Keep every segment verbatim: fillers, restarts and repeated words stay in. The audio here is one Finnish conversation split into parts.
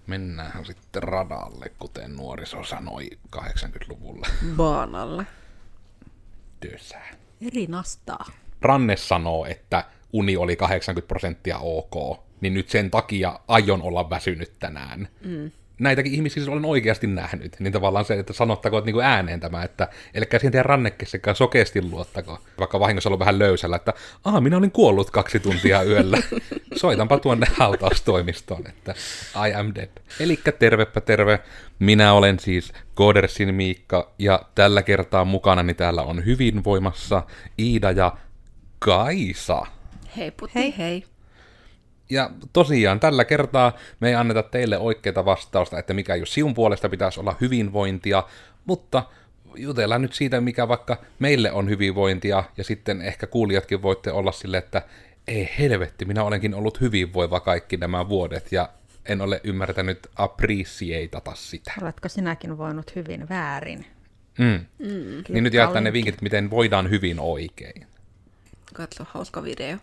Mennään sitten radalle, kuten nuoriso sanoi kahdeksankymmentäluvulla. Baanalle. Työssään. Eri nastaa. Ranne sanoo, että uni oli kahdeksankymmentä prosenttia ok, niin nyt sen takia aion olla väsynyt tänään. Mm. Näitäkin ihmisiä siis olen oikeasti nähnyt, niin tavallaan se, että sanottakoon niinku ääneen tämä, että elkää siihen teidän rannekkeessäkään sokeasti luottako, vaikka vahingossa ollut vähän löysällä, että aha, minä olin kuollut kaksi tuntia yöllä, soitanpa tuonne hautaustoimistoon, että I am dead. Elikkä tervepä terve, minä olen siis Koodersin Miikka, ja tällä kertaa mukanani täällä on hyvin voimassa Iida ja Kaisa. Hei putti, hei. hei. Ja tosiaan tällä kertaa me ei anneta teille oikeaa vastausta, että mikä just sinun puolesta pitäisi olla hyvinvointia, mutta jutellaan nyt siitä, mikä vaikka meille on hyvinvointia, ja sitten ehkä kuulijatkin voitte olla silleen, että ei helvetti, minä olenkin ollut hyvinvoiva kaikki nämä vuodet, ja en ole ymmärtänyt appreciatata sitä. Oletko sinäkin voinut hyvin väärin? Mm. Mm. Niin nyt jaetaan ne vinkit, miten voidaan hyvin oikein. Katso hauska video.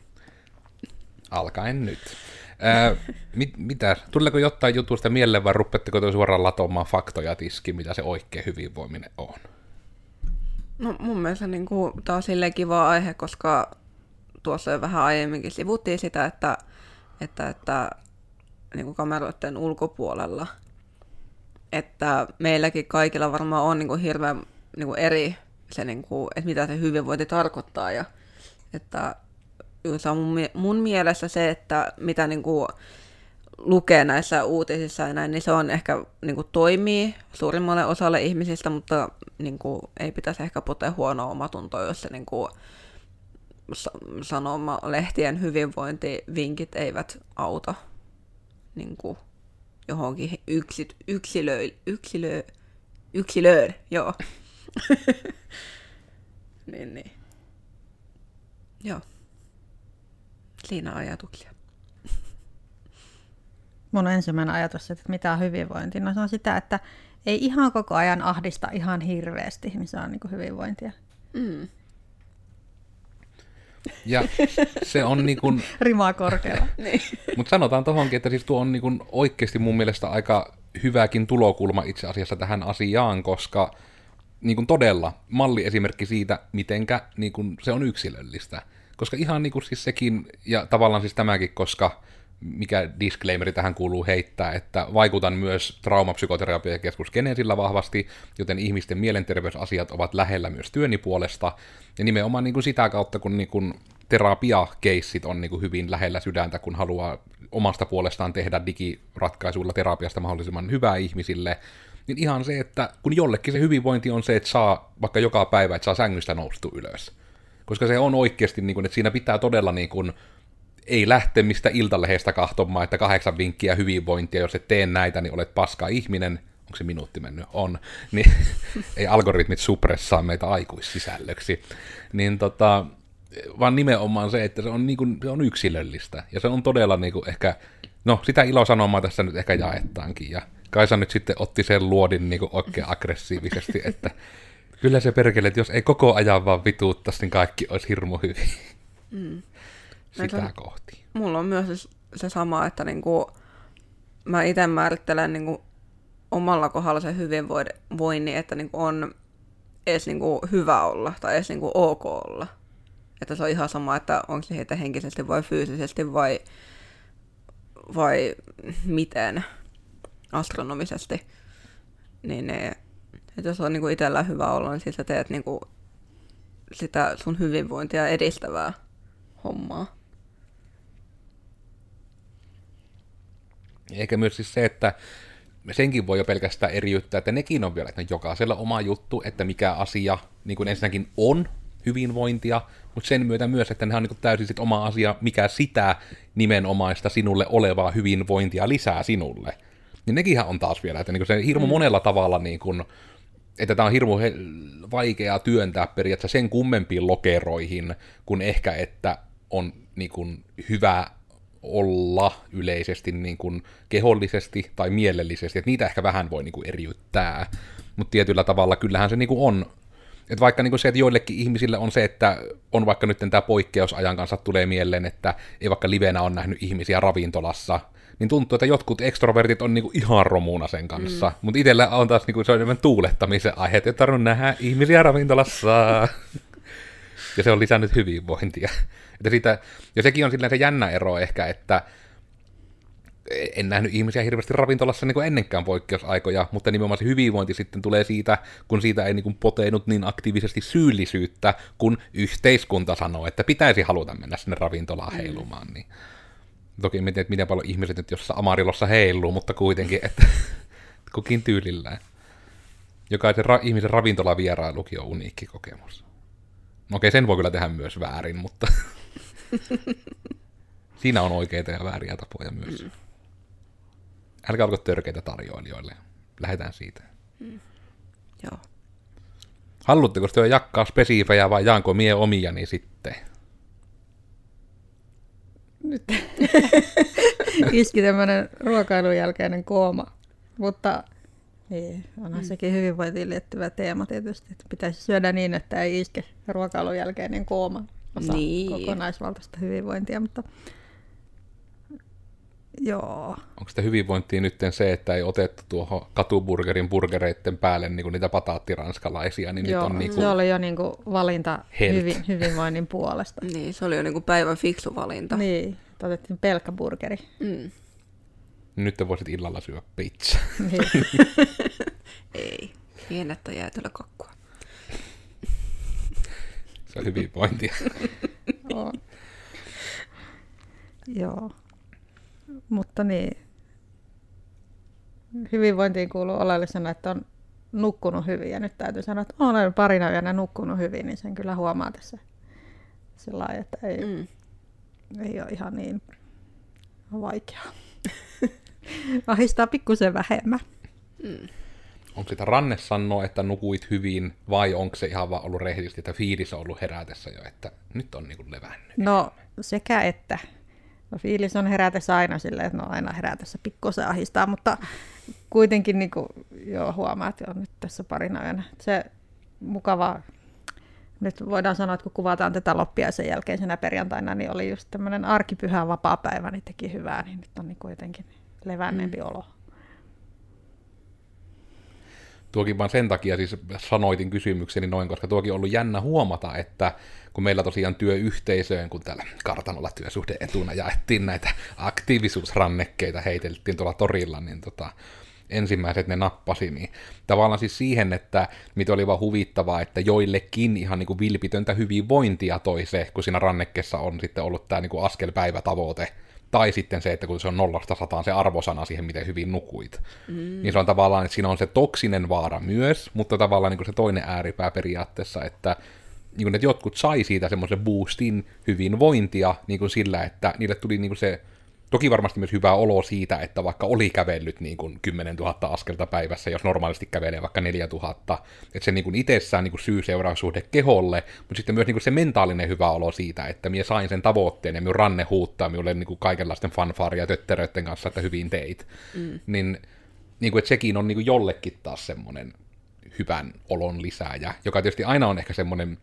Alkaen nyt. Ää, mit, mitä? Tuleeko jotain jutusta mieleen vai rupeatteko te suoraan latomaan faktoja tiskiin, mitä se oikein hyvinvoiminen on? No mun mielestä niin kuin, tää on silleen kiva aihe, koska tuossa jo vähän aiemminkin sivuttiin sitä, että, että, että niin kuin kameroiden ulkopuolella, että meilläkin kaikilla varmaan on niin kuin hirveän niin kuin eri se, niin kuin, että mitä se hyvinvointi tarkoittaa ja että se on mun, mun mielestä se, että mitä niin kuin lukee näissä uutisissa ja näin, niin se on ehkä niin kuin toimii suurimmalle osalle ihmisistä, mutta niin kuin ei pitäisi ehkä potea huonoa omatuntoa, jos se niin kuin sanoma lehtien hyvinvointivinkit eivät auta niin kuin johonkin yksit, yksilö, yksilö, yksilöön, joo. niin, niin. Joo. Siinä ajatuksia. Mun ensimmäinen ajatus, että mitä on hyvinvointi, no se on sitä, että ei ihan koko ajan ahdista ihan hirveästi, niin se on niin kuin hyvinvointia. Mm. Ja se on niin kuin... Rimaa korkealla. niin. Mutta sanotaan tohonkin, että siis tuo on niin kuin oikeasti mun mielestä aika hyväkin tulokulma itse asiassa tähän asiaan, koska niin kuin todella malliesimerkki siitä, mitenkä niin kuin se on yksilöllistä. Koska ihan niin kuin siis sekin, ja tavallaan siis tämäkin, koska mikä disclaimeri tähän kuuluu heittää, että vaikutan myös traumapsykoterapiakeskus Genesillä vahvasti, joten ihmisten mielenterveysasiat ovat lähellä myös työni puolesta, ja nimenomaan niin kuin sitä kautta, kun niin kuin terapiakeissit on niin kuin hyvin lähellä sydäntä, kun haluaa omasta puolestaan tehdä digiratkaisuilla terapiasta mahdollisimman hyvää ihmisille, niin ihan se, että kun jollekin se hyvinvointi on se, että saa vaikka joka päivä, että saa sängystä noustu ylös. Koska se on oikeasti, niin kuin, että siinä pitää todella, niin kuin, ei lähteä mistä iltalehdestä kahtomaan, että kahdeksan vinkkiä hyvinvointia, jos et tee näitä, niin olet paska ihminen. Onko se minuutti mennyt? On. Niin ei algoritmit suppressaa meitä aikuissisällöksi. Niin tota, vaan nimenomaan se, että se on, niin kuin, se on yksilöllistä. Ja se on todella niin kuin, ehkä, no sitä ilosanomaa tässä nyt ehkä jaettaankin. Ja Kaisa nyt sitten otti sen luodin niin kuin oikein aggressiivisesti, että kyllä se perkele, että jos ei koko ajan vaan vituuttaisi, niin kaikki olisi hirmu hyvin. Mm. Sitä Meitä, kohti. Mulla on myös se, se sama, että niinku, mä itse määrittelen niinku, omalla kohdalla se hyvinvoinnin, että niinku, on edes niinku, hyvä olla tai edes niinku, ok olla. Että se on ihan sama, että onko se heitä henkisesti vai fyysisesti vai, vai miten astronomisesti. Niin ne, että jos on niinku itsellä hyvä olla, niin siis sä teet niinku sitä sun hyvinvointia edistävää hommaa. Eikä myös siis se, että senkin voi jo pelkästään eriyttää, että nekin on vielä, että jokaisella oma juttu, että mikä asia niin kuin ensinnäkin on hyvinvointia, mutta sen myötä myös, että ne on niin kuin täysin sit oma asia, mikä sitä nimenomaista sinulle olevaa hyvinvointia lisää sinulle. Niin nekinhän on taas vielä, että niin kuin se hirmu monella tavalla, niin kuin, että tämä on hirmu he- vaikeaa työntää periaatteessa sen kummempiin lokeroihin, kuin ehkä, että on niin kuin hyvä olla yleisesti niin kuin kehollisesti tai mielellisesti, että niitä ehkä vähän voi niin kuin eriyttää, mutta tietyllä tavalla kyllähän se niin kuin on, että vaikka niin kuin se, että joillekin ihmisille on se, että on vaikka nyt tämä poikkeusajan kanssa tulee mieleen, että ei vaikka livenä on nähnyt ihmisiä ravintolassa, niin niin tuntuu, että jotkut ekstrovertit on niinku ihan romuna sen kanssa. Mm. Mutta itsellä on taas niinku, se on enemmän tuulettamisen aihe, että ei tarvitse nähdä ihmisiä ravintolassa. Ja se on lisännyt hyvinvointia. Että siitä, ja sekin on silleen se jännä ero ehkä, että en nähnyt ihmisiä hirveästi ravintolassa niin kuin ennenkään poikkeusaikoja, mutta nimenomaan se hyvinvointi sitten tulee siitä, kun siitä ei niin kuin poteinut niin aktiivisesti syyllisyyttä, kun yhteiskunta sanoo, että pitäisi haluta mennä sinne ravintolaan heilumaan. Niin. Toki en tiedä, että miten paljon ihmiset nyt jossain Amarilossa heiluu, mutta kuitenkin, että kukin tyylillään. Jokaisen ra- ihmisen ravintolavierailukin on uniikki kokemus. No okei, sen voi kyllä tehdä myös väärin, mutta siinä on oikeita ja vääriä tapoja myös. Mm. Älkää olko törkeitä tarjoilijoille. Lähdetään siitä. Mm. Joo. Haluatteko te jakkaa spesifejä vai jaanko mie omiani sitten? Nyt iski tämmöinen ruokailun jälkeinen kooma. Mutta niin, onhan mm. sekin hyvinvointiin liittyvä teema tietysti. Että pitäisi syödä niin, että ei iske ruokailun jälkeinen kooma osa niin. kokonaisvaltaista hyvinvointia. Mutta joo. Onko sitä hyvinvointia nyt se, että ei otettu tuohon katuburgerin burgereiden päälle niin niitä pataattiranskalaisia, niin joo, nyt on niinku se oli jo niinku valinta hyvin, hyvinvoinnin puolesta. Niin, se oli jo niinku päivän fiksu valinta. Niin, otettiin pelkkä burgeri. Mm. Nyt te voisit illalla syödä pizza. Niin. Ei, pienettä jäätelö kakkua. Se on hyvinvointia. On. Joo. Mutta niin, hyvinvointiin kuuluu oleellisena, että on nukkunut hyvin. Ja nyt täytyy sanoa, että olen parina yönä nukkunut hyvin, niin sen kyllä huomaa tässä sillä lailla, että ei, mm. ei ole ihan niin vaikeaa. Ahistaa pikkusen vähemmän. Mm. Onko sitä Ranne sanoa, että nukuit hyvin, vai onko se ihan vaan ollut rehellisesti, että fiilis on ollut herätessä jo, että nyt on niinku levännyt? No sekä että. No, fiilis on herätessä aina silleen, että no aina herätessä pikkusen ahistaa, mutta kuitenkin niin kuin, joo, huomaa, että on nyt tässä parina yönä. Se mukava, nyt voidaan sanoa, että kun kuvataan tätä loppiaisen jälkeisenä perjantaina, niin oli just tämmöinen arkipyhä vapaapäivä, niin teki hyvää, niin nyt on niin kuitenkin levänneempi mm. olo. Tuokin vaan sen takia siis sanoitin kysymykseni noin, koska tuokin on ollut jännä huomata, että kun meillä tosiaan työyhteisöön, kun täällä kartanolla työsuhde etuna jaettiin näitä aktiivisuusrannekkeita, heiteltiin tuolla torilla, niin tota, ensimmäiset ne nappasi, niin tavallaan siis siihen, että mitä oli vaan huvittavaa, että joillekin ihan niin kuin vilpitöntä hyvinvointia toi se, kun siinä rannekkeessa on sitten ollut tämä niin kuin askelpäivätavoite, tai sitten se, että kun se on nollasta sataan se arvosana siihen, miten hyvin nukuit. Mm. Niin se on tavallaan, että siinä on se toksinen vaara myös, mutta tavallaan niin kuin se toinen ääripää periaatteessa, että, niin kuin, että jotkut sai siitä semmoisen boostin hyvinvointia niin kuin sillä, että niille tuli niin kuin se, toki varmasti myös hyvä olo siitä, että vaikka oli kävellyt niin kuin kymmenen tuhatta askelta päivässä, jos normaalisti kävelee vaikka neljä tuhatta, että se niin kuin itsessään niin kuin syy-seuraussuhde keholle, mutta sitten myös niin kuin se mentaalinen hyvä olo siitä, että minä sain sen tavoitteen ja minun ranne huuttaa minulle niin kuin kaikenlaisten fanfaaria ja tötteröiden kanssa, että hyvin teit. Mm. Niin, niin kuin, että sekin on niin kuin jollekin taas semmoinen hyvän olon lisääjä, joka tietysti aina on ehkä semmoinen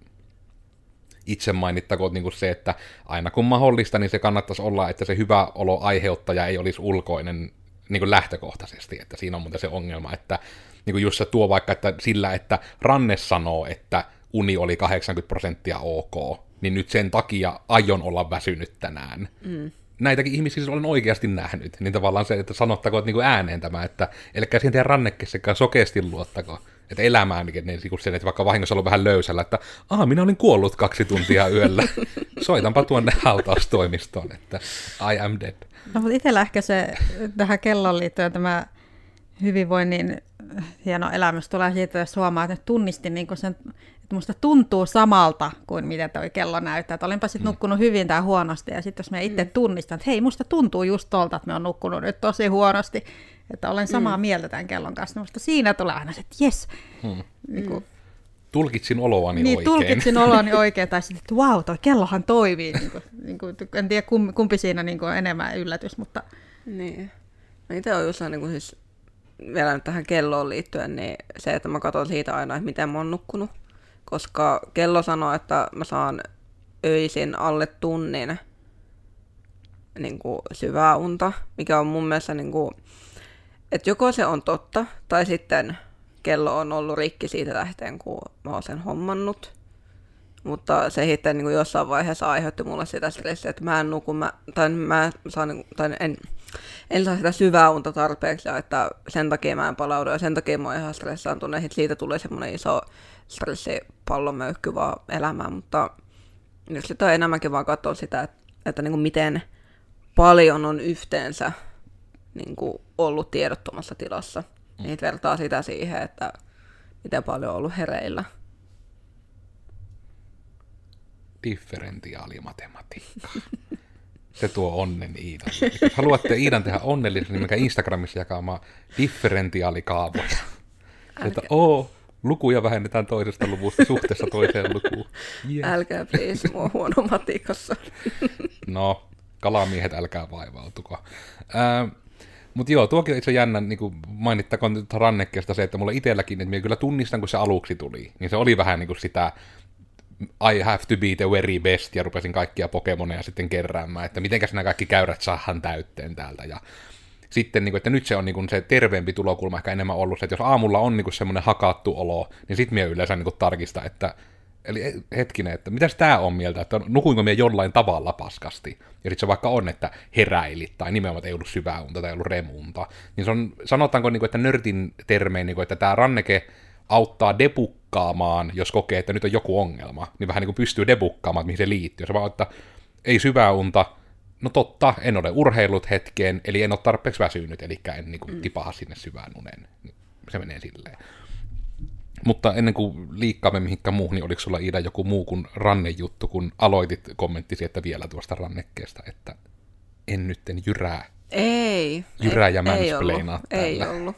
itse mainittakoon niin kuin se, että aina kun mahdollista, niin se kannattaisi olla, että se hyvä olo aiheuttaja ei olisi ulkoinen niin kuin lähtökohtaisesti, että siinä on muuten se ongelma, että niin kuin just se tuo vaikka, että sillä, että Ranne sanoo, että uni oli kahdeksankymmentä prosenttia ok, niin nyt sen takia aion olla väsynyt tänään. Mm. Näitäkin ihmisiä siis olen oikeasti nähnyt, niin tavallaan se, että sanottakoon niin kuin ääneen tämä, että elkää siihen teidän rannekkeessakaan sokeasti luottako, että elämään niin sen, että vaikka vahingossa ollut vähän löysällä, että aha, minä olin kuollut kaksi tuntia yöllä, soitanpa tuonne hautaustoimistoon, että I am dead. No, mutta itsellä ehkä se tähän kelloon liittyen tämä hyvinvoinnin hieno elämys tulee siitä, jos huomaa, että tunnistin niin sen, että musta tuntuu samalta kuin mitä toi kello näyttää. Että olinpa sitten mm. nukkunut hyvin tai huonosti, ja sitten jos mä itse tunnistan, että hei, musta tuntuu just tolta, että mä oon nukkunut nyt tosi huonosti, että olen samaa mm. mieltä tämän kellon kanssa, niin musta siinä tulee aina se, että jes. Mm. Niin kuin, tulkitsin oloani niin, oikein. Niin, tulkitsin oloani oikein, tai sitten, että vau, wow, toi kellohan toimii. Niin kuin, niin kuin, en tiedä, kumpi siinä niin kuin on enemmän yllätys, mutta... Niin. No itse on just niin kuin siis, vielä nyt tähän kelloon liittyen, niin se, että mä katson siitä aina, että miten mä oon nukkunut. Koska kello sanoo, että mä saan öisin alle tunnin niin kuin syvää unta, mikä on mun mielestä, niin kuin, että joko se on totta, tai sitten kello on ollut rikki siitä lähtien, kun mä oon sen hommannut. Mutta se sitten niin kuin jossain vaiheessa aiheutti mulle sitä stressiä, että mä en nuku, mä, tai, mä saan, tai en, en saa sitä syvää unta tarpeeksi, ja että sen takia mä en palaudu, ja sen takia mä oon ihan stressaantunut, että siitä tulee semmoinen iso stressipallomöykky vaan elämään, mutta nyt sitten on enemmänkin vaan katsoa sitä, että, että niin kuin miten paljon on yhteensä niin kuin ollut tiedottomassa tilassa. Mm. Niitä vertaa sitä siihen, että miten paljon on ollut hereillä. Differentiaalimatematiikka. Se tuo onnen Iidalle. Jos haluatte Iidan tehdä onnellisen, niin menkää Instagramissa jakamaan differentiaalikaavoja. Että oo, lukuja vähennetään toisesta luvusta suhteessa toiseen lukuun. Yes. Älkää please mua huono matikassa. No, kalamiehet, älkää vaivautuko. Ää, Mutta joo, tuokin on itse jännä, niin kuin mainittakoon nyt rannekkeesta se, että mulla itselläkin, että minä kyllä tunnistan, kun se aluksi tuli, niin se oli vähän niin kuin sitä I have to be the very best, ja rupesin kaikkia Pokemoneja sitten keräämään, että mitenkäs nämä kaikki käyrät saadaan täytteen täältä, ja sitten, niin kuin, että nyt se on niin kuin, se terveempi tulokulma ehkä enemmän ollut se, että jos aamulla on niin kuin semmoinen hakattu olo, niin sitten minä yleensä niin kuin tarkistan, että eli hetkinen, että mitäs tää on mieltä, että nukuinko minä jollain tavalla paskasti, ja sitten se vaikka on, että heräilit, tai nimenomaan, että ei ollut syvää unta, tai ei ollut remunta, niin se on, sanotaanko, niin kuin, että nörtin termein, niin kuin, että tämä ranneke auttaa debukkaamaan, jos kokee, että nyt on joku ongelma, niin vähän niin kuin pystyy debukkaamaan, mihin se liittyy. Se vaan, että ei syvää unta, no totta, en ole urheillut hetkeen, eli en ole tarpeeksi väsynyt, eli en niin kuin mm. tipaha sinne syvään uneen. Se menee silleen. Mutta ennen kuin liikkaamme mihinkään muuhun, niin oliko sulla Iida joku muu kuin rannejuttu, kun aloitit kommenttisi, että vielä tuosta rannekkeesta, että en nytten jyrää. Ei. Jyrää ja ei mansplainaa täällä. Ei ollut.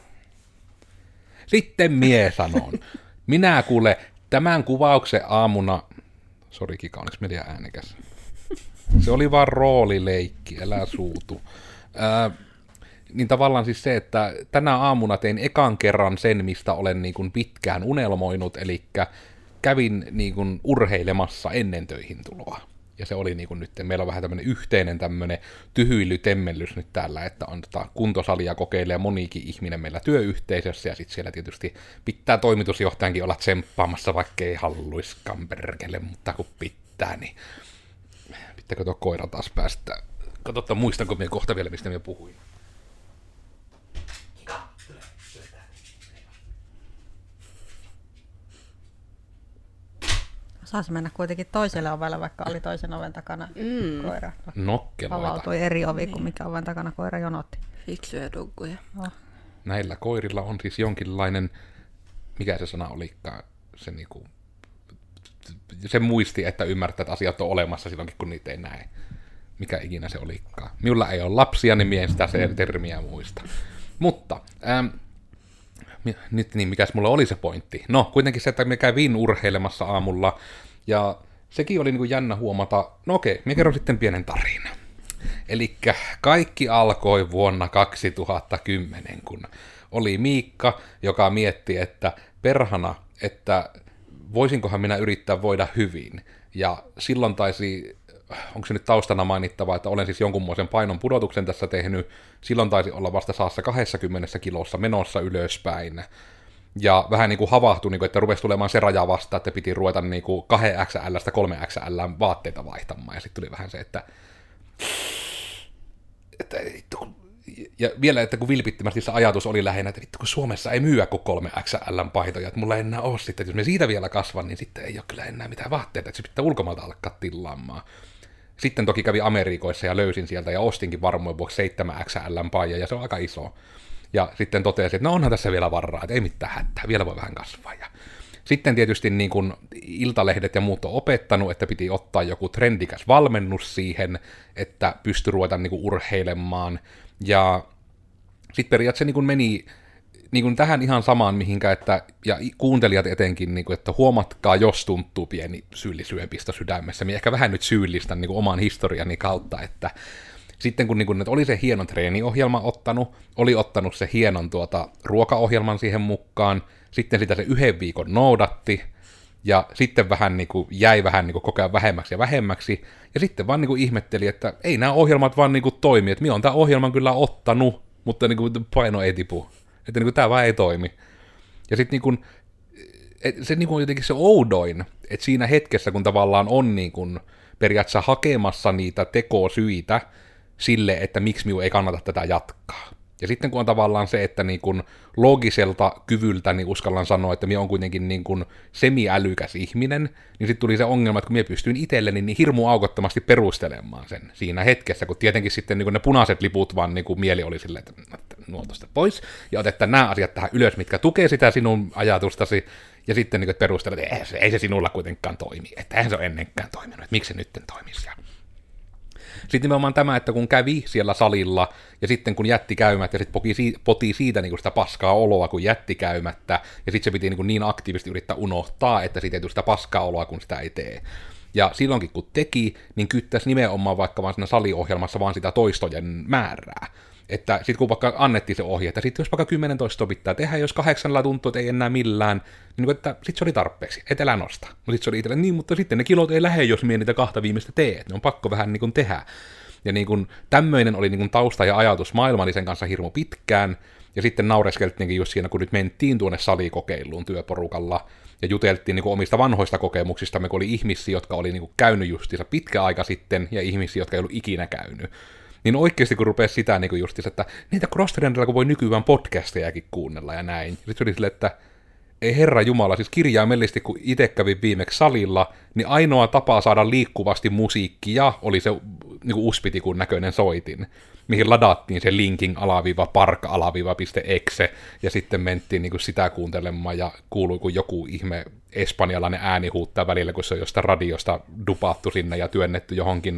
Sitten mie sanon. Minä kuule tämän kuvauksen aamuna, sori Kika, oliko me liian äänekäs? Se oli vaan roolileikki, älä suutu. Ää, niin tavallaan siis se, että tänä aamuna tein ekan kerran sen, mistä olen niin kuin pitkään unelmoinut, eli kävin niin kuin urheilemassa ennen töihin tuloa. Ja se oli niin kuin nyt, meillä on vähän tämmöinen yhteinen tämmöinen tyhyilytemmellys nyt täällä, että on tota kuntosalia kokeilee monikin ihminen meillä työyhteisössä, ja sitten siellä tietysti pitää toimitusjohtajankin olla tsemppaamassa, vaikka ei halluiskaan perkele, mutta kun pitää, niin pitääkö tuo koira taas päästä? Katsotaan, muistanko minä kohta vielä, mistä minä puhuin. Saisi mennä kuitenkin toiselle ovelle, vaikka oli toisen oven takana mm. koira. Nokkeloita. Avautui eri ovi kuin mikä oven takana koira jonotti. Fiksuja dogguja. Oh. Näillä koirilla on siis jonkinlainen, mikä se sana olikaan, se niinku, se muisti, että ymmärtää, että asiat on olemassa silloinkin, kun niitä ei näe. Mikä ikinä se olikaan. Minulla ei ole lapsia, niin mie en sitä se termiä muista. Mutta, ähm, nyt niin, mikäs mulla oli se pointti? No, kuitenkin se, että me kävin urheilemassa aamulla, ja sekin oli niin kuin jännä huomata, no okei, minä kerron sitten pienen tarinan. Elikkä kaikki alkoi vuonna kaksituhattakymmenen, kun oli Miikka, joka mietti, että perhana, että voisinkohan minä yrittää voida hyvin. Ja silloin taisi, onko se nyt taustana mainittava, että olen siis jonkunmoisen painon pudotuksen tässä tehnyt, silloin taisi olla vasta saassa kaksikymmentä kilossa menossa ylöspäin. Ja vähän niin kuin havahtui, niin kuin, että rupesi tulemaan se raja vastaan, että piti ruveta niin kuin kaksi X L:stä kolme X L:ään vaatteita vaihtamaan. Ja sitten tuli vähän se, että... että ja vielä, että kun vilpittömästi se ajatus oli lähinnä, että vittu kun Suomessa ei myyä kuin kolme X L:n paitoja, että mulla ei enää ole sitten, että jos me siitä vielä kasvan, niin sitten ei ole kyllä enää mitään vaatteita, että se pitää ulkomailta alkaa tillaamaan. Sitten toki kävi Amerikoissa ja löysin sieltä ja ostinkin varmuuden vuoksi seitsemän X L:n paija ja se on aika iso. Ja sitten totesin, että no onhan tässä vielä varaa, että ei mitään hätää, vielä voi vähän kasvaa. Ja sitten tietysti niin kuin iltalehdet ja muut on opettanut, että piti ottaa joku trendikäs valmennus siihen, että pystyi ruveta niin kuin urheilemaan. Ja sitten periaatteessa niin kuin meni niin kuin tähän ihan samaan mihinkä, että, ja kuuntelijat etenkin, niin kuin, että huomatkaa, jos tuntuu pieni syyllisyöpistä sydämessä. Minä ehkä vähän nyt syyllistän niin kuin oman historiani kautta, että sitten kun, niin kun oli se hienon treeniohjelma ottanut, oli ottanut se hienon tuota, ruokaohjelman siihen mukaan, sitten sitä se yhden viikon noudatti, Ja sitten vähän niin kuin, jäi vähän niin kuin, koko ajan vähemmäksi ja vähemmäksi. Ja sitten vaan niin kuin, ihmetteli, että ei nämä ohjelmat vaan niin kuin, toimi. Että minä olen tämän ohjelman kyllä ottanut, mutta niin kuin, paino ei tipu. Että niin kuin, tämä vaan ei toimi. Ja sitten niin kuin, se niin kuin, on jotenkin se oudoin, että siinä hetkessä, kun tavallaan on niin kuin, periaatteessa hakemassa niitä tekosyitä sille, että miksi minun ei kannata tätä jatkaa. Ja sitten kun on tavallaan se, että niin kuin loogiselta kyvyltä niin uskallan sanoa, että minä olen kuitenkin niin kuin semi-älykäs ihminen, niin sitten tuli se ongelma, että kun minä pystyin itselleni niin hirmu aukottomasti perustelemaan sen siinä hetkessä, kun tietenkin sitten niin kuin ne punaiset liput vaan niin kuin mieli oli silleen, että nuoltosta pois, ja otetaan nämä asiat tähän ylös, mitkä tukee sitä sinun ajatustasi, ja sitten niin kuin perustelet, että ei se, ei se sinulla kuitenkaan toimi, että eihän se ole ennenkään toiminut, että miksi se nytten toimisi. Sitten nimenomaan tämä, että kun kävi siellä salilla, ja sitten kun jätti käymättä, ja sitten poti siitä niin kuin sitä paskaa oloa, kun jätti käymättä, ja sitten se piti niin, kuin niin aktiivisesti yrittää unohtaa, että siitä ei tule sitä paskaa oloa, kun sitä ei tee. Ja silloinkin kun teki, niin kyttäisi nimenomaan vaikka vaan siinä saliohjelmassa vaan sitä toistojen määrää. Että sitten kun vaikka annettiin se ohje, että sitten jos vaikka kymmenen toistoa pitää tehdä, jos kahdeksannella tuntuu, että ei enää millään, niin että sitten se oli tarpeeksi, et älä nosta. No sitten se oli itselle, niin, mutta sitten ne kilot ei lähde, jos mie niitä kahta viimeistä tee, ne on pakko vähän niin kuin tehdä. Ja niin kuin tämmöinen oli niin kuin tausta ja ajatus maailmallisen kanssa hirmu pitkään, ja sitten naureskeltiinkin just siinä, kun nyt mentiin tuonne salikokeiluun työporukalla, ja juteltiin niin kuin omista vanhoista kokemuksista, kun oli ihmisiä, jotka oli niin kuin käynyt justiinsa pitkä aika sitten, ja ihmisiä, jotka ei ollut ikinä käynyt. Niin oikeasti kun rupesi sitä niin justiinsa, että niitä cross-trendillä kun voi nykyään podcastejakin kuunnella ja näin. Ja sitten se oli silleen, että ei herra jumala, siis kirjaimellisesti kun itse kävin viimeksi salilla, niin ainoa tapa saada liikkuvasti musiikkia oli se niin uspitikun näköinen soitin, mihin ladattiin se linking alaviiva park alaviiva piste exe, ja sitten mentiin niin sitä kuuntelemaan, ja kuului kun joku ihme espanjalainen ääni huuttaa välillä, kun se on jostain radiosta dupattu sinne ja työnnetty johonkin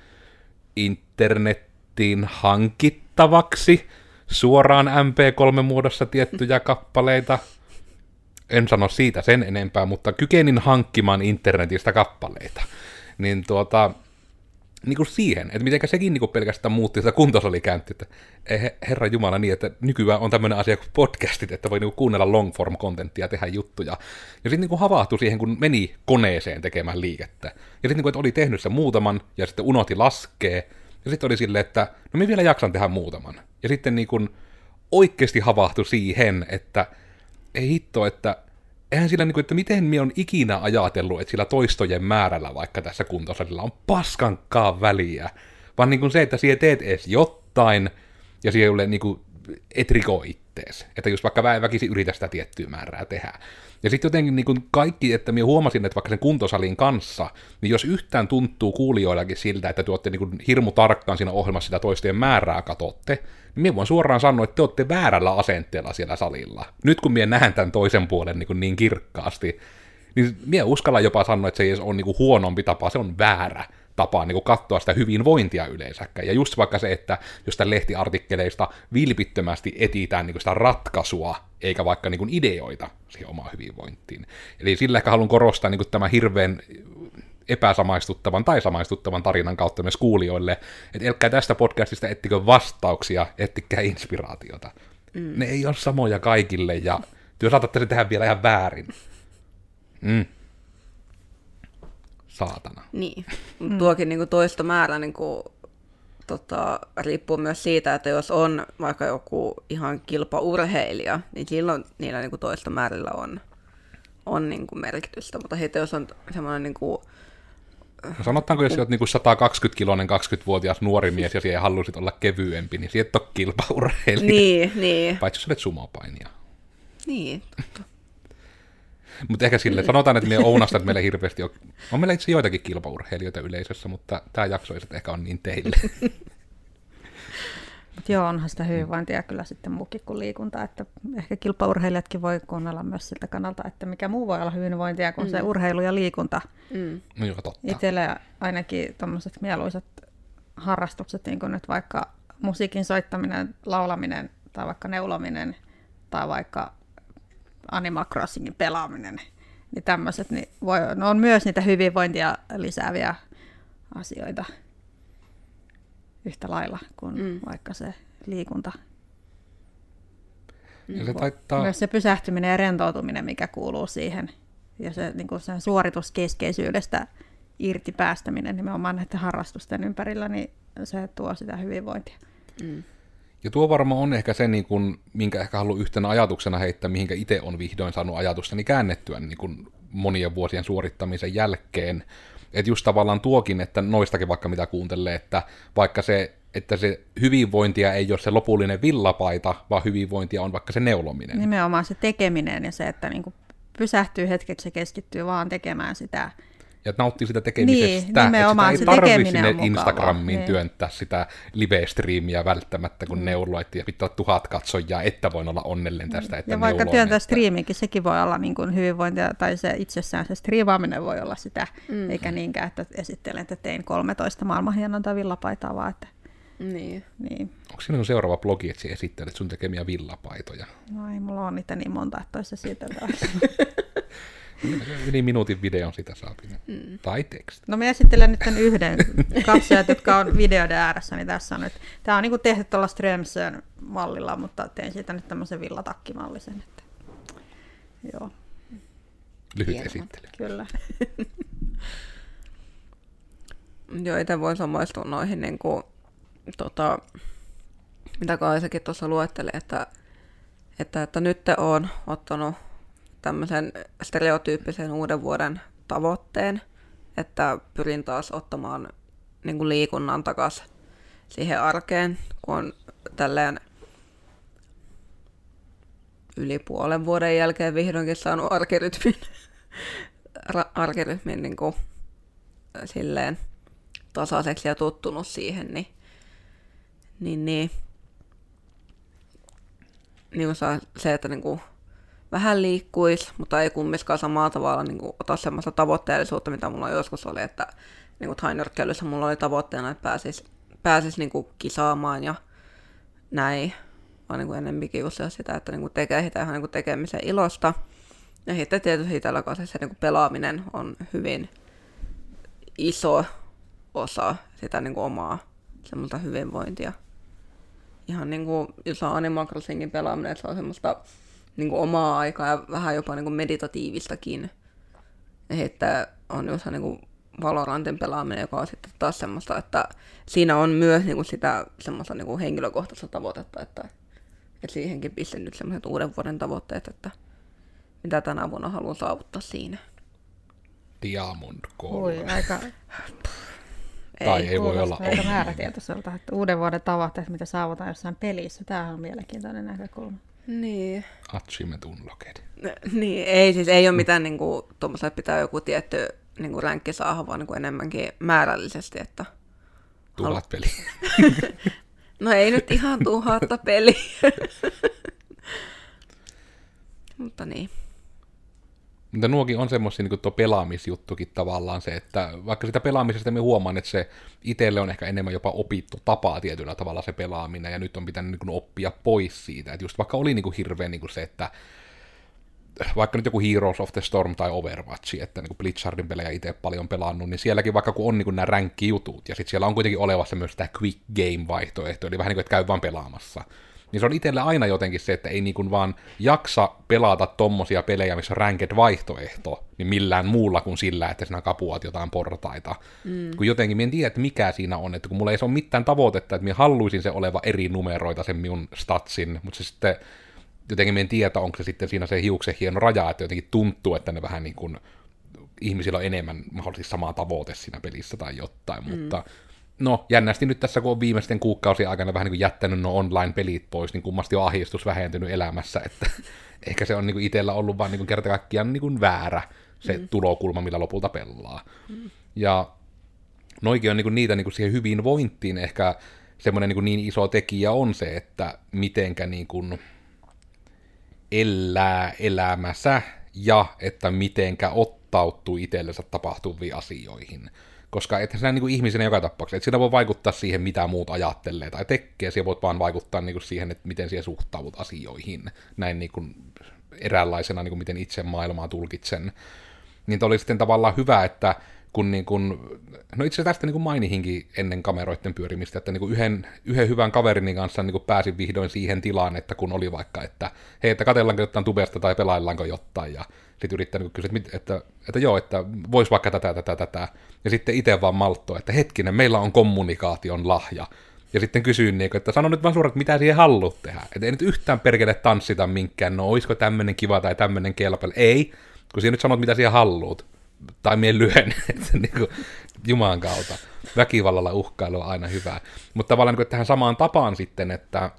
internettiin hankittavaksi suoraan M P kolme muodossa tiettyjä kappaleita. En sano siitä sen enempää, mutta kykenin hankkimaan internetistä kappaleita. Niin tuota, niin kuin siihen, että mitenkä sekin niin kuin pelkästään muutti sitä kuntosalikäyntiä, että ei herra jumala niin, että nykyään on tämmöinen asia kuin podcastit, että voi niin kuin kuunnella long form contenttia ja tehdä juttuja. Ja sitten niin kuin havahtui siihen, kun meni koneeseen tekemään liikettä. Ja sitten niin kuin, että oli tehnyt sen muutaman, ja sitten unohti laskee, ja sitten oli silleen, että no minä vielä jaksan tehdä muutaman. Ja sitten niin kuin oikeasti havahtui siihen, että ei hitto, että eihän sillä, niin kuin, että miten minä on ikinä ajatellut, että sillä toistojen määrällä vaikka tässä kuntosalilla on paskankaan väliä, vaan niin kuin se, että siellä teet edes jotain, ja siellä niin kuin, et riko ittees. Että just vaikka väkisin yritä sitä tiettyä määrää tehdä. Ja sitten jotenkin niin kuin kaikki, että minä huomasin, että vaikka sen kuntosalin kanssa, niin jos yhtään tuntuu kuulijoillakin siltä, että te olette niin kuin hirmu tarkkaan siinä ohjelmassa sitä toistojen määrää katotte, niin minä voin suoraan sanoa, että te olette väärällä asenteella siellä salilla. Nyt kun minä näen tämän toisen puolen niin, kuin niin kirkkaasti, niin minä uskallan jopa sanoa, että se ei ole niin kuin huonompi tapa, se on väärä tapa niin kuin katsoa sitä hyvinvointia yleensäkään. Ja just vaikka se, että jos tämän lehtiartikkeleista vilpittömästi etsitään niin kuin sitä ratkaisua, eikä vaikka niin kuin ideoita siihen omaan hyvinvointiin. Eli sillä ehkä haluan korostaa niin kuin tämän hirveän epäsamaistuttavan tai samaistuttavan tarinan kautta myös kuulijoille, että älkää tästä podcastista ettikö vastauksia, ettikää inspiraatiota. Mm. Ne ei ole samoja kaikille, ja työ saatatte se tehdä vielä ihan väärin. Mm. Saatana. Niin, mm. tuokin niin kuin toistomäärä niin kuin, tota, riippuu myös siitä, että jos on vaikka joku ihan kilpaurheilija, niin silloin niillä niin kuin toistomäärillä on, on niin kuin merkitystä, mutta heti jos on semmoinen niin kuin, no sanotaanko, jos olet niin sata kaksikymmentä-kiloinen kaksikymmentävuotias nuori mies ja siellä haluaisit olla kevyempi, niin sieltä on kilpaurheilija. Niin, niin. Paitsi jos olet sumopainija. Niin. Mutta ehkä sille sanotaan, että me ounasta, että meillä hirveästi on, on meillä itse joitakin kilpaurheilijoita yleisössä, mutta tämä jakso ei ehkä ole niin teille. Mut joo, onhan sitä hyvinvointia kyllä sitten muukin kuin liikunta, että ehkä kilpaurheilijatkin voi kuunnella myös siltä kannalta, että mikä muu voi olla hyvinvointia kuin mm. se urheilu ja liikunta. Mm. No joo, totta. Itselle ainakin tuommoiset mieluiset harrastukset, niin kuin nyt vaikka musiikin soittaminen, laulaminen tai vaikka neulominen tai vaikka Animal Crossingin pelaaminen, niin tämmöiset niin voi, ne on myös niitä hyvinvointia lisääviä asioita yhtä lailla kuin mm. vaikka se liikunta. Ja se taittaa... Myös se pysähtyminen ja rentoutuminen, mikä kuuluu siihen ja se, niin kuin sen suorituskeskeisyydestä irti päästäminen nimenomaan näiden harrastusten ympärillä, niin se tuo sitä hyvinvointia. Mm. Ja tuo varmaan on ehkä se, niin kun, minkä ehkä haluan yhtenä ajatuksena heittää, mihinkä itse on vihdoin saanut ajatustani käännettyä niin kun monien vuosien suorittamisen jälkeen. Että just tavallaan tuokin, että noistakin vaikka mitä kuuntelee, että vaikka se, että se hyvinvointia ei ole se lopullinen villapaita, vaan hyvinvointia on vaikka se neulominen. Nimenomaan se tekeminen ja se, että niin kuin pysähtyy hetkeksi ja keskittyy vaan tekemään sitä. Ja nauttii sitä tekemisestä, niin, että sitä ei tarvitse sinne on Instagramiin niin. työntää sitä live-striimiä välttämättä, kun mm. neulua, ja pitää olla tuhat katsojaa, että voin olla onnellinen tästä, että ja vaikka neuloin, työntää että... striimiinkin, sekin voi olla niin kuin hyvinvointia, tai se itsessään se striivaaminen voi olla sitä, mm. eikä niinkään, että esittelen, että tein kolmetoista maailman hienointa villapaitaa, vaan että... Niin. niin. Onko siinä seuraava blogi, että esittelet sun tekemiä villapaitoja? No ei, mulla on niitä niin monta, että olisi siitä Yli minuutin videon sitä saapinen. Mm. Tai teksti. No me esittelen nyt tämän yhden katsojat, jotka on videoiden ääressä, niin tässä on, että tämä on niin kuin tehty tuolla Strömsön mallilla, mutta tein siitä nyt tämmöisen villatakkimallisen. Että... Joo. Lyhyt Hieno. esittely. Kyllä. Joo, itse voin samaistua noihin, niin kuin, tota, mitä Kaisakin tuossa luetteli, että, että, että nyt olen ottanut tämmöisen stereotyyppisen uuden vuoden tavoitteen, että pyrin taas ottamaan niin kuin liikunnan takaisin siihen arkeen, kun on tälleen yli puolen vuoden jälkeen vihdoinkin saanut arkirytmin, arkirytmin niin kuin, silleen tasaiseksi ja tottunut siihen, niin, niin, niin, niin se, että niin kuin vähän liikkuisi, mutta ei kumminkaan samalla tavalla niin kuin ota semmoista tavoitteellisuutta, mitä mulla joskus oli, että niin tainyrkkeilyssä mulla oli tavoitteena, että pääsis, pääsis niin kuin kisaamaan ja näin, vaan niin kuin enemmänkin just sitä, että niin kuin tekee sitä ihan niin kuin tekemisen ilosta. Ja sitten tietysti itsellä kanssa se niin kuin pelaaminen on hyvin iso osa sitä niin kuin omaa semmoista hyvinvointia. Ihan niin kuin, jos on Animal Crossingin pelaaminen, että se on semmoista niin kuin omaa aikaa ja vähän jopa niin kuin meditatiivistakin. Ja sitten on just niin kuin Valorantin pelaaminen, joka on sitten taas semmoista, että siinä on myös niin kuin sitä semmoista niin kuin henkilökohtaista tavoitetta, että, että siihenkin pistän nyt semmoiset uuden vuoden tavoitteet, että mitä tänä vuonna haluan saavuttaa siinä. Diamond kolme. Oi, aika... Tai ei, ei voi olla aika määrätietoiselta, että uuden vuoden tavoitteet, mitä saavutaan jossain pelissä. Tämähän on mielenkiintoinen näkökulma. Niin. Achievement unlocked. Niin, ei siis ei ole mitään niin kuin, tuommoista pitää joku tietty niin kuin ränkki saada, vaan niin kuin enemmänkin määrällisesti, että... Tuhat peliä. No ei nyt ihan tuhatta peliä. Mutta niin. Mutta nuokin on semmoisia niin tuo pelaamisjuttukin tavallaan se, että vaikka sitä pelaamisesta me huomaan, että se itselle on ehkä enemmän jopa opittu tapaa tietyllä tavalla se pelaaminen, ja nyt on pitänyt niin oppia pois siitä. Että just vaikka oli niin hirveän niin se, että vaikka nyt joku Heroes of the Storm tai Overwatch, että niin Blizzardin pelejä itse paljon pelannut, niin sielläkin vaikka kun on niin nämä ränkki-jutut, ja sitten siellä on kuitenkin olevassa myös tämä quick game-vaihtoehto, eli vähän niin kuin, että käy vaan pelaamassa. Niin se on itselle aina jotenkin se, että ei niin kuin vaan jaksa pelata tommosia pelejä, missä on ranked vaihtoehto, niin millään muulla kuin sillä, että sinä kapuat jotain portaita. Mm. Kun jotenkin minä en tiedä, että mikä siinä on, että kun mulla ei se ole mitään tavoitetta, että minä haluaisin se oleva eri numeroita sen minun statsin, mutta se sitten jotenkin minä en tiedä, onko se sitten siinä se hiuksen hieno raja, että jotenkin tuntuu, että ne vähän niin kuin ihmisillä on enemmän mahdollisesti sama tavoite siinä pelissä tai jotain, mm. mutta no, jännästi nyt tässä, kun on viimeisten kuukausien aikana vähän niin kuin jättänyt nuo online-pelit pois, niin kummasti on ahdistus vähentynyt elämässä, että ehkä se on niin kuin itsellä ollut vaan niin kuin kerta kaikkiaan niin kuin väärä se mm. tulokulma, millä lopulta pelaa. Mm. Ja noikin on niin kuin niitä niin kuin siihen hyvinvointiin ehkä semmoinen niin, kuin niin iso tekijä on se, että mitenkä niin kuin elää elämässä ja että mitenkä ottautuu itsellensä tapahtuviin asioihin. Koska et sinä niin kuin ihmisenä joka tapauksessa, et sinä voi vaikuttaa siihen, mitä muut ajattelee tai tekee, sinä voit vaan vaikuttaa niin kuin siihen, että miten sinä suhtaudut asioihin, näin niin kuin eräänlaisena, niin kuin miten itse maailmaa tulkitsen. Niin oli sitten tavallaan hyvä, että kun niin kuin, no itse asiassa tästä niin kuin mainihinkin ennen kameroiden pyörimistä, että niin kuin yhden, yhden hyvän kaverini kanssa niin kuin pääsin vihdoin siihen tilaan, että kun oli vaikka, että hei, että katsellaanko jotain tubesta tai pelaillaanko jotain, ja sitten yrittää niin kysyä, että, että, että joo, että vois vaikka tätä, tätä, tätä, ja sitten itse vaan malttoi, että hetkinen, meillä on kommunikaation lahja. Ja sitten kysyin, niin, että sano nyt vaan suoraan, että mitä siihen haluat tehdä. Että ei nyt yhtään perkele tanssita minkään, no olisiko tämmöinen kiva tai tämmöinen kelpel. Ei, kun siihen nyt sanot, mitä siihen haluat. Tai mie lyhen, että niin kuin, Jumalan kautta. Väkivallalla uhkailu on aina hyvää. Mutta tavallaan niin tähän samaan tapaan sitten, että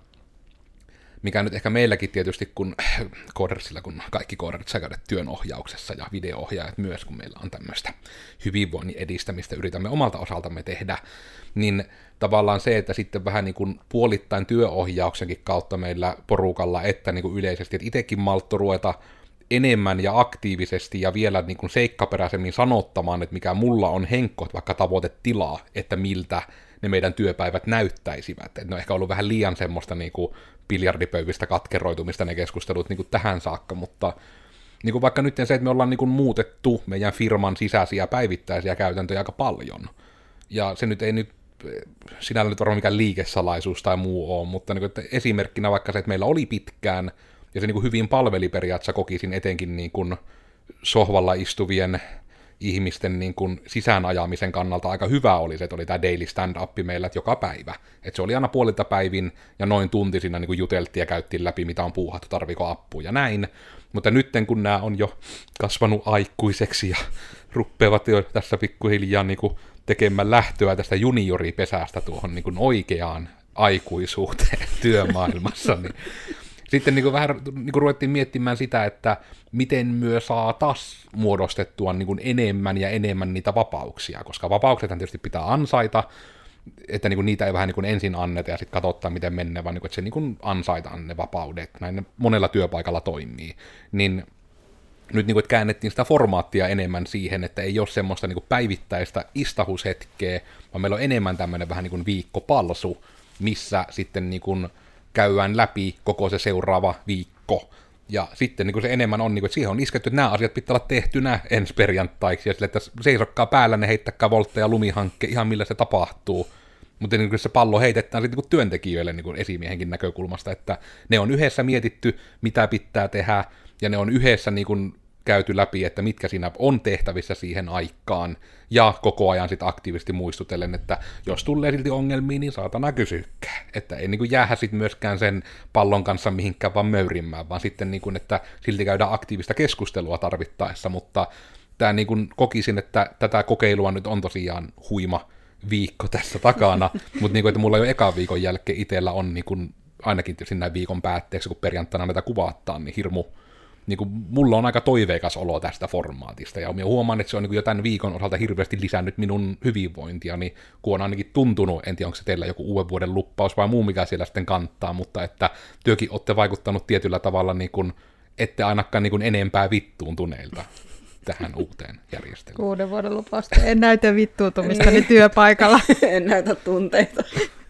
mikä nyt ehkä meilläkin tietysti, kun koodersilla, kun kaikki kooderit saa käydä työnohjauksessa ja video-ohjaajat myös, kun meillä on tämmöistä hyvinvoinnin edistämistä, yritämme omalta osaltamme tehdä, niin tavallaan se, että sitten vähän niin kuin puolittain työohjauksenkin kautta meillä porukalla, että niin kuin yleisesti, että itsekin maltto ruveta enemmän ja aktiivisesti ja vielä niin kuin seikkaperäisemmin sanottamaan, että mikä mulla on henkko, vaikka tavoitetilaa, että miltä ne meidän työpäivät näyttäisivät. Että ne on ehkä ollut vähän liian semmoista niin kuin biljardipöyvistä katkeroitumista ne keskustelut niin kuin tähän saakka, mutta niin kuin vaikka nyt se, että me ollaan niin kuin muutettu meidän firman sisäisiä päivittäisiä käytäntöjä aika paljon. Ja se nyt ei nyt sinällä nyt varmaan mikään liikesalaisuus tai muu ole, mutta niin kuin, että esimerkkinä vaikka se, että meillä oli pitkään, ja se niin kuin hyvin palveli periaatteessa kokisin etenkin niin kuin sohvalla istuvien ihmisten niin kuin sisäänajamisen kannalta aika hyvä oli se, että oli tämä daily stand-up meillä, että joka päivä. Että se oli aina puolilta päivin ja noin tunti siinä niin kuin juteltiin ja käyttiin läpi, mitä on puuhattu, tarviiko apua ja näin. Mutta nyt kun nämä on jo kasvanut aikuiseksi ja ruppeavat jo tässä pikkuhiljaa niin kuin tekemään lähtöä tästä junioripesästä tuohon niin kuin oikeaan aikuisuuteen työmaailmassa, niin sitten niin kuin vähän niin kuin ruvettiin miettimään sitä, että miten myö saa taas muodostettua niin kuin enemmän ja enemmän niitä vapauksia, koska vapauksethan tietysti pitää ansaita, että niin kuin niitä ei vähän niin kuin ensin anneta ja sitten katsottaa, miten menee, vaan niin kuin, että se niin kuin ansaitaan ne vapaudet, näin ne monella työpaikalla toimii. Niin nyt niin kuin, että käännettiin sitä formaattia enemmän siihen, että ei ole semmoista niin kuin päivittäistä istahushetkeä, vaan meillä on enemmän tämmöinen vähän niin kuin viikkopalsu, missä sitten niin kuin käydään läpi koko se seuraava viikko. Ja sitten niin kuin se enemmän on, niin kuin, että siihen on isketty, että nämä asiat pitää olla tehtynä ensi perjantaiksi, ja sille, että seisokkaa päällä, ne heittäkää voltteja lumihankke, ihan millä se tapahtuu. Mutta niin kuin se pallo heitetään sitten niin kuin työntekijöille niin kuin esimiehenkin näkökulmasta, että ne on yhdessä mietitty, mitä pitää tehdä, ja ne on yhdessä niin kuin käyty läpi, että mitkä siinä on tehtävissä siihen aikaan, ja koko ajan sitten aktiivisesti muistutellen, että jos tulee silti ongelmia, niin saatana kysykää. Että ei niin kuin jäädä sitten myöskään sen pallon kanssa mihinkään vaan möyrimään, vaan sitten niin kuin, että silti käydään aktiivista keskustelua tarvittaessa, mutta tämä niin kuin kokisin, että tätä kokeilua nyt on tosiaan huima viikko tässä takana, mutta niin kuin, että mulla jo ekan viikon jälkeen itsellä on niin kuin, ainakin tietysti näin viikon päätteeksi, kun perjantaina näitä kuvataan, niin hirmu niin kuin, mulla on aika toiveikas olo tästä formaatista, ja minä huomaan, että se on niin kuin jo tämän viikon osalta hirveästi lisännyt minun hyvinvointia, niin kun on ainakin tuntunut, en tiedä, onko se teillä joku uuden vuoden luppaus vai muu, mikä siellä sitten kantaa, mutta että työkin olette vaikuttanut tietyllä tavalla, niin kuin, ette ainakaan niin kuin enempää vittuuntuneilta tähän uuteen järjestelmään. Uuden vuoden lupausta. En näytä vittuutumista niin työpaikalla. En näytä tunteita.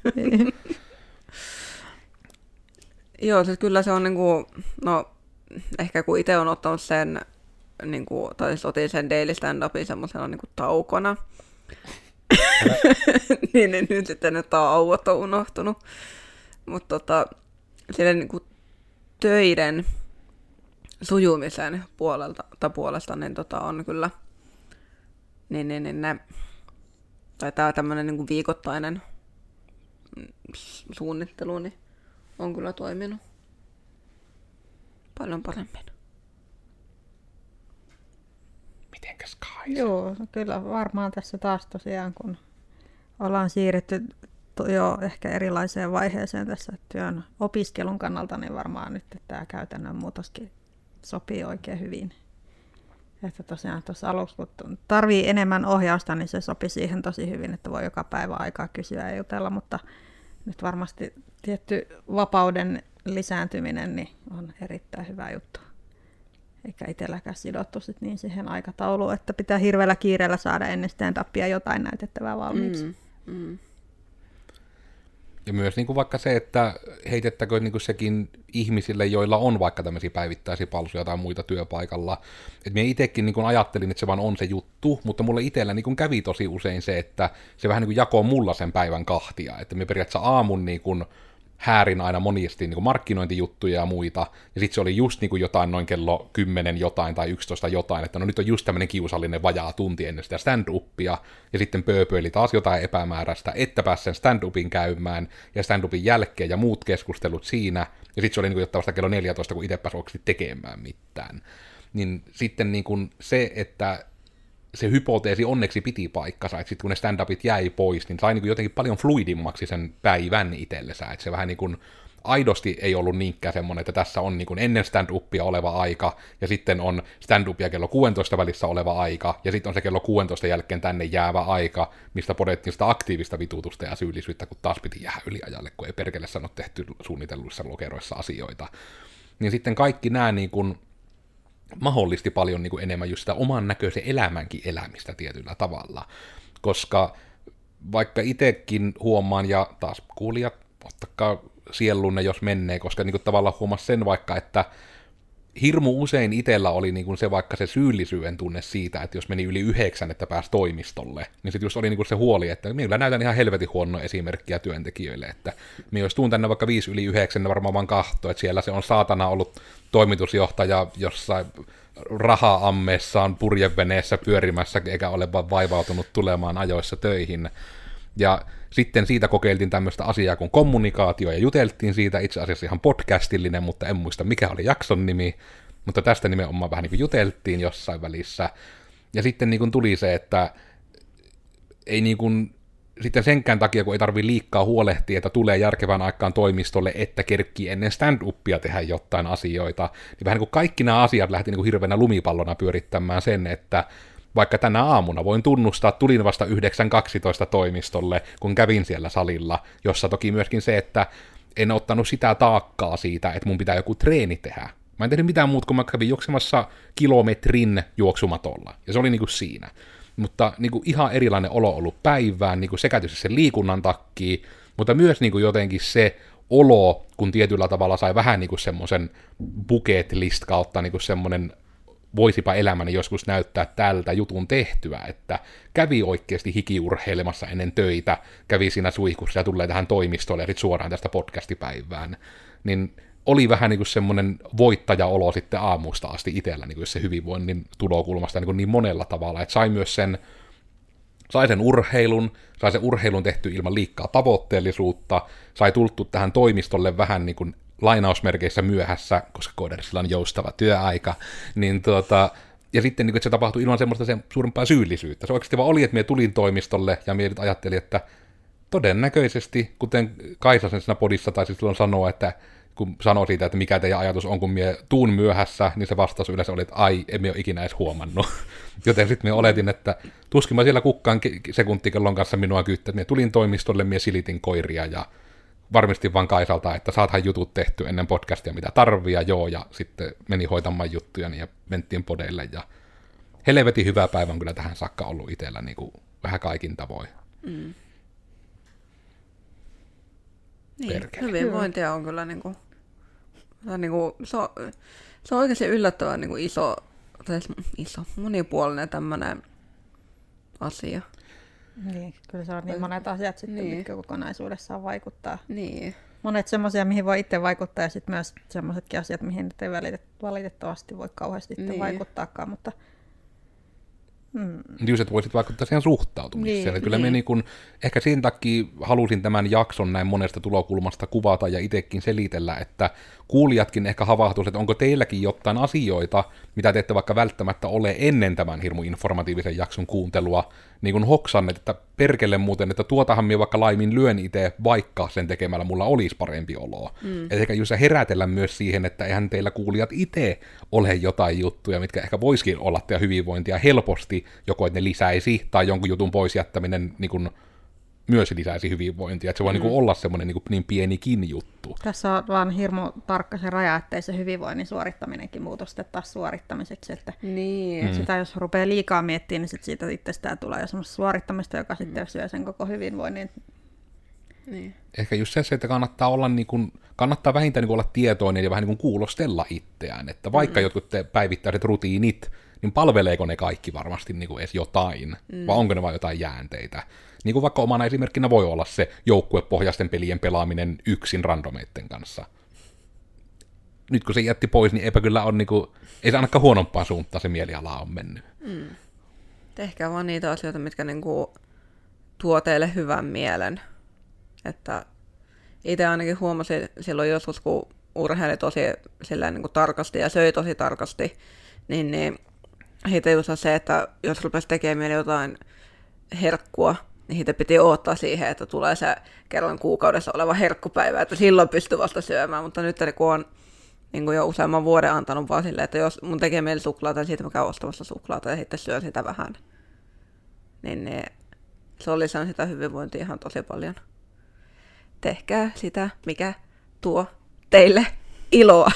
Joo, siis kyllä se on niin kuin, no ehkä kun itse on ottanut sen, niin kuin, tai siis otin sen daily stand-upin semmoisena niin kuin taukona, niin, niin nyt sitten ne tauot on unohtunut. Mutta tota, sille niin kuin töiden sujumisen puolelta, tai puolesta niin tota, on kyllä, niin, niin, niin ne, tai tämä tämmöinen niin kuin viikoittainen suunnittelu niin on kyllä toiminut paljon paremmin. Mitenkäs Kaisa? Joo, kyllä varmaan tässä taas tosiaan, kun ollaan siirretty jo ehkä erilaiseen vaiheeseen tässä työn opiskelun kannalta, niin varmaan nyt tämä käytännön muutoskin sopii oikein hyvin. Että tosiaan tuossa aluksi, kun tarvii enemmän ohjausta, niin se sopii siihen tosi hyvin, että voi joka päivä aikaa kysyä ja jutella, mutta nyt varmasti tietty vapauden lisääntyminen niin on erittäin hyvä juttu. Eikä itselläkään sidottu sit niin siihen aikatauluun, että pitää hirveällä kiireellä saada ennen stand-upia jotain näytettävää valmiiksi. Mm, mm. Ja myös niin kuin vaikka se, että heitettäkö niin kuin sekin ihmisille, joilla on vaikka tämmöisiä päivittäisiä palsuja tai muita työpaikalla. Että minä itsekin niin kuin ajattelin, että se vaan on se juttu, mutta mulle itsellä niin kuin kävi tosi usein se, että se vähän niin kuin jakoo mulla sen päivän kahtia. Että minä periaatteessa aamun niin kuin häärin aina monesti niin kuin markkinointijuttuja ja muita, ja sitten se oli just niin kuin jotain noin kello kymmenen jotain tai yksitoista jotain, että no nyt on just tämmöinen kiusallinen vajaa tunti ennen sitä stand-upia, ja sitten pööpöili taas jotain epämääräistä, että pääsi sen stand-upin käymään, ja stand-upin jälkeen ja muut keskustelut siinä, ja sitten se oli niin kuin jotta vasta kello neljätoista, kun itse pääsi oikeasti tekemään mitään. Niin sitten niin kuin se, että se hypoteesi onneksi piti paikkansa, että sitten kun ne stand-upit jäi pois, niin sai niin kuin jotenkin paljon fluidimmaksi sen päivän itsellensä, että se vähän niin kuin aidosti ei ollut niinkään semmoinen, että tässä on niin kuin ennen stand-upia oleva aika, ja sitten on stand-upia kello kuusitoista välissä oleva aika, ja sitten on se kello kuusitoista jälkeen tänne jäävä aika, mistä podettiin sitä aktiivista vitutusta ja syyllisyyttä, kun taas piti jäädä yliajalle, kun ei perkele sano tehty suunnitelluissa lokeroissa asioita. Niin sitten kaikki nämä niin kuin mahdollisti paljon niin kuin enemmän just sitä oman näköisen elämänkin elämistä tietyllä tavalla, koska vaikka itsekin huomaan, ja taas kuulijat, ottakaa sielunne, jos menee, koska niin kuin tavallaan huomasi sen vaikka, että hirmu usein itsellä oli niin kuin se vaikka se syyllisyyden tunne siitä, että jos meni yli yhdeksän, että pääsi toimistolle, niin sitten just oli niin kuin se huoli, että minä näytän ihan helvetin huono esimerkkiä työntekijöille, että minä jos tuun tänne vaikka viisi yli yhdeksän, ne varmaan vaan kahtoo, että siellä se on saatana ollut toimitusjohtaja jossain raha-ammeessaan purjeveneessä pyörimässä, eikä ole vaan vaivautunut tulemaan ajoissa töihin. Ja sitten siitä kokeiltiin tämmöistä asiaa kuin kommunikaatio, ja juteltiin siitä, itse asiassa ihan podcastillinen, mutta en muista mikä oli jakson nimi, mutta tästä nimenomaan vähän niin kuin juteltiin jossain välissä. Ja sitten niin kuin tuli se, että ei niin kuin, sitten senkään takia, kun ei tarvitse liikaa huolehtia, että tulee järkevään aikaan toimistolle, että kerkkii ennen stand-upia tehdä jotain asioita, niin vähän niin kuin kaikki nämä asiat lähti niin kuin hirveänä lumipallona pyörittämään sen, että vaikka tänä aamuna voin tunnustaa, tulin vasta yhdeksän kaksitoista toimistolle, kun kävin siellä salilla, jossa toki myöskin se, että en ottanut sitä taakkaa siitä, että mun pitää joku treeni tehdä. Mä en tehnyt mitään muuta, kun mä kävin juoksemassa kilometrin juoksumatolla, ja se oli niinku siinä. Mutta niinku ihan erilainen olo ollut päivään, niinku sekä tietysti sen liikunnan takia, mutta myös niinku jotenkin se olo, kun tietyllä tavalla sai vähän niinku semmoisen bucket list kautta niinku semmoinen voisipa elämäni joskus näyttää tältä jutun tehtyä, että kävi oikeasti hikiurheilemassa ennen töitä, kävi siinä suihkussa ja tulee tähän toimistolle ja sitten suoraan tästä podcastipäivään, niin oli vähän niin kuin semmoinen voittajaolo sitten aamusta asti itsellä, niin kuin se hyvinvoinnin tulokulmasta niin, kuin niin monella tavalla, että sai myös sen, sai sen urheilun, sai sen urheilun tehty ilman liikaa tavoitteellisuutta, sai tulttu tähän toimistolle vähän niin kuin lainausmerkeissä myöhässä, koska koodersilla on joustava työaika, niin tuota, ja sitten niin kuin, että se tapahtui ilman semmoista sen suurempaa syyllisyyttä. Se oikeasti vaan oli, että minä tulin toimistolle, ja minä ajattelin, että todennäköisesti, kuten Kaisasen siinä podissa taisi silloin sanoa, että kun sanoi siitä, että mikä teidän ajatus on, kun minä tuun myöhässä, niin se vastaus yleensä oli, että ai, emme ole ikinä edes huomannut. Joten sitten minä oletin, että tuskin mä siellä kukkaan sekuntikellon kanssa minua kyyttä, että minä tulin toimistolle, minä silitin koiria, ja varmistin vaan Kaisalta, että saathan jutut tehty ennen podcastia, mitä tarvii, ja joo, ja sitten meni hoitamaan juttuja, ja mentiin podeille, ja helvetin hyvä päivä on kyllä tähän saakka ollut itsellä niin kuin vähän kaikin tavoin. Mm. Niin, hyvinvointia on kyllä niin kuin, se on, niin kuin, se on, se on oikeasti yllättävän niin kuin iso, tai iso, monipuolinen tämmöinen asia. Niin, kyllä se on niin monet asiat sitten, niin, mitkä kokonaisuudessaan vaikuttaa. Niin. Monet semmoisia, mihin voi itse vaikuttaa, ja sitten myös semmoisetkin asiat, mihin nyt ei valitettavasti voi kauheasti niin vaikuttaakaan, mutta Hmm. Just, että voisit vaikuttaa siihen suhtautumiseen. Niin, kyllä niin. Niin kun, ehkä sen takia halusin tämän jakson näin monesta tulokulmasta kuvata ja itsekin selitellä, että kuulijatkin ehkä havahtuisivat, että onko teilläkin jotain asioita, mitä te ette vaikka välttämättä ole ennen tämän hirmu informatiivisen jakson kuuntelua, niin kuin hoksannet, että perkele muuten, että tuotahan minä vaikka laimin lyön itse, vaikka sen tekemällä mulla olisi parempi olo. Mm. Että ehkä just herätellä myös siihen, että eihän teillä kuulijat itse ole jotain juttuja, mitkä ehkä voisikin olla teidän hyvinvointia helposti, joko että ne lisäisi, tai jonkun jutun pois jättäminen niin kuin myös lisäisi hyvinvointia, että se voi mm. niin kuin olla semmoinen niin, kuin niin pienikin juttu. Tässä on vaan hirmu tarkka se raja, ettei se hyvinvoinnin suorittaminenkin muutu sitten taas suorittamiseksi, että niin. mm. sitä jos rupeaa liikaa miettimään, niin sit siitä itsestään tulee jo semmoista suorittamista, joka mm. sitten syö sen koko hyvinvoinnin. Niin. Ehkä just se, että kannattaa, olla niin kuin, kannattaa vähintään niin kuin olla tietoinen ja vähän niin kuin kuulostella itseään, että vaikka mm. jotkut päivittäiset rutiinit, niin palveleeko ne kaikki varmasti niin kuin edes jotain, mm. vai onko ne vain jotain jäänteitä. Niin kuin vaikka omana esimerkkinä voi olla se joukkuepohjaisten pelien pelaaminen yksin randomeitten kanssa. Nyt kun se jätti pois, niin eipä kyllä ole, niin kuin, ei se ainakaan huonompaan suuntaan se mieliala on mennyt. Mm. Tehkää vaan niitä asioita, mitkä niin kuin tuo teille hyvän mielen. Että itse ainakin huomasin silloin joskus, kun urheili tosi silleen, niin kuin tarkasti ja söi tosi tarkasti, niin, niin heitä just se, että jos rupesi tekemään jotain herkkua, niin heitä piti odottaa siihen, että tulee se kerran kuukaudessa oleva herkkupäivä, että silloin pystyy vasta syömään, mutta nyt kun on niin kuin jo useamman vuoden antanut vaan silleen, että jos mun tekee mieli suklaata, niin siitä mä käyn ostamassa suklaata ja sitten syön sitä vähän, niin, niin se on lisännyt sitä hyvinvointia ihan tosi paljon. Tehkää sitä, mikä tuo teille iloa.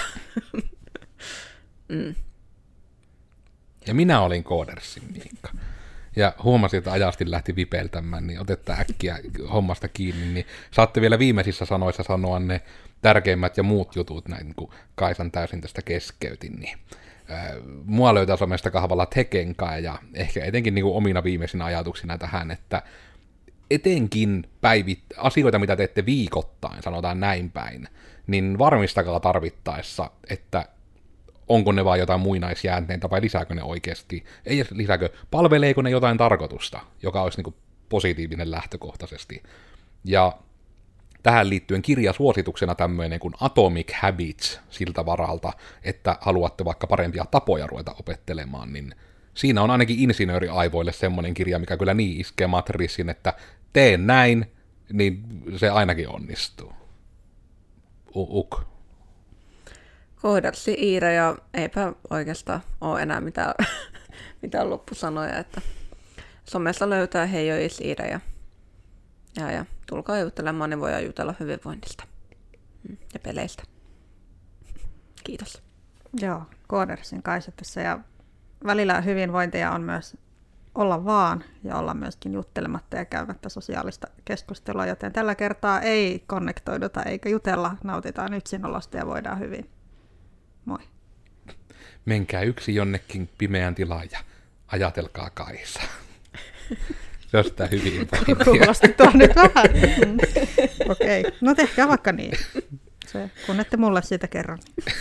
mm. Ja minä olin Koodersin Miikka. Ja huomasin, että ajasti lähti vipeltämään, niin otetaan äkkiä hommasta kiinni, niin saatte vielä viimeisissä sanoissa sanoa ne tärkeimmät ja muut jutut, näin kun Kaisan täysin tästä keskeytin, niin äh, mua löytää somesta kahvalla Tekenkai, ja ehkä etenkin niin kuin omina viimeisinä ajatuksina tähän, että etenkin päivit, asioita, mitä teette viikoittain, sanotaan näin päin, niin varmistakaa tarvittaessa, että onko ne vaan jotain muinaisjäänteitä vai lisääkö ne oikeasti, ei lisääkö, palveleeko ne jotain tarkoitusta, joka olisi niin kuin positiivinen lähtökohtaisesti. Ja tähän liittyen kirjasuosituksena tämmöinen kuin Atomic Habits siltä varalta, että haluatte vaikka parempia tapoja ruveta opettelemaan, niin siinä on ainakin insinööriaivoille semmoinen kirja, mikä kyllä niin iskee matriisin, että teen näin, niin se ainakin onnistuu. Uk. Koodersi Iira, ja eipä oikeastaan ole enää mitään, mitään loppusanoja, että somessa löytää hei jo Iira, ja, ja, ja tulkaa juttelemaan, niin voidaan jutella hyvinvoinnista ja peleistä. Kiitos. Joo, Koodersin Kaisa tässä, ja välillä hyvinvointia on myös olla vaan ja olla myöskin juttelematta ja käymättä sosiaalista keskustelua, joten tällä kertaa ei konnektoiduta eikä jutella, nautitaan yksinolosta ja voidaan hyvin. Moi. Menkää yksi jonnekin pimeään tilaan ja ajatelkaa Kaisa. Se on sitä hyvinvointia. Kuulosti tuo nyt vähän. Okei, okay. No tehkää vaikka niin. Se, kun ette mulle siitä kerran.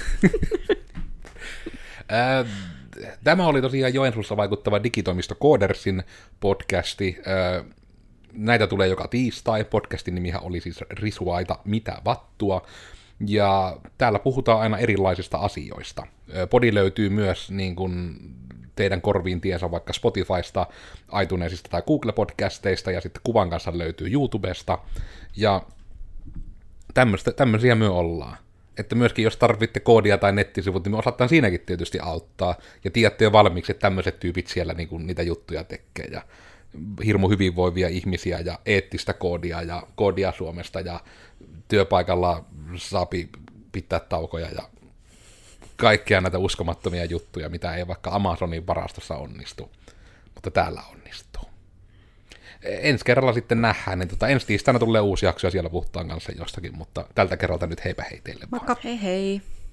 Tämä oli tosiaan Joensuussa vaikuttava digitoimisto Koodersin podcasti. Näitä tulee joka tiistai. Podcastin nimihän oli siis Risuaita mitä vattua. Ja täällä puhutaan aina erilaisista asioista. Podi löytyy myös niin kuin teidän korviin tiensä vaikka Spotifysta, iTunesista tai Google-podcasteista, ja sitten kuvan kanssa löytyy YouTubesta. Ja tämmöisiä me ollaan. Että myöskin jos tarvitte koodia tai nettisivut, niin me osataan siinäkin tietysti auttaa. Ja tiedätte jo valmiiksi, että tämmöiset tyypit siellä niin kuin niitä juttuja tekee. Ja hirmu hyvinvoivia ihmisiä ja eettistä koodia ja koodia Suomesta ja työpaikalla saapi pitää taukoja ja kaikkia näitä uskomattomia juttuja, mitä ei vaikka Amazonin varastossa onnistu, mutta täällä onnistuu. Ensi kerralla sitten nähdään, niin tota, ensi tiistaina tulee uusi jakso ja siellä puhutaan kanssa jostakin, mutta tältä kerralta nyt heipä hei teille vaan. Hei hei!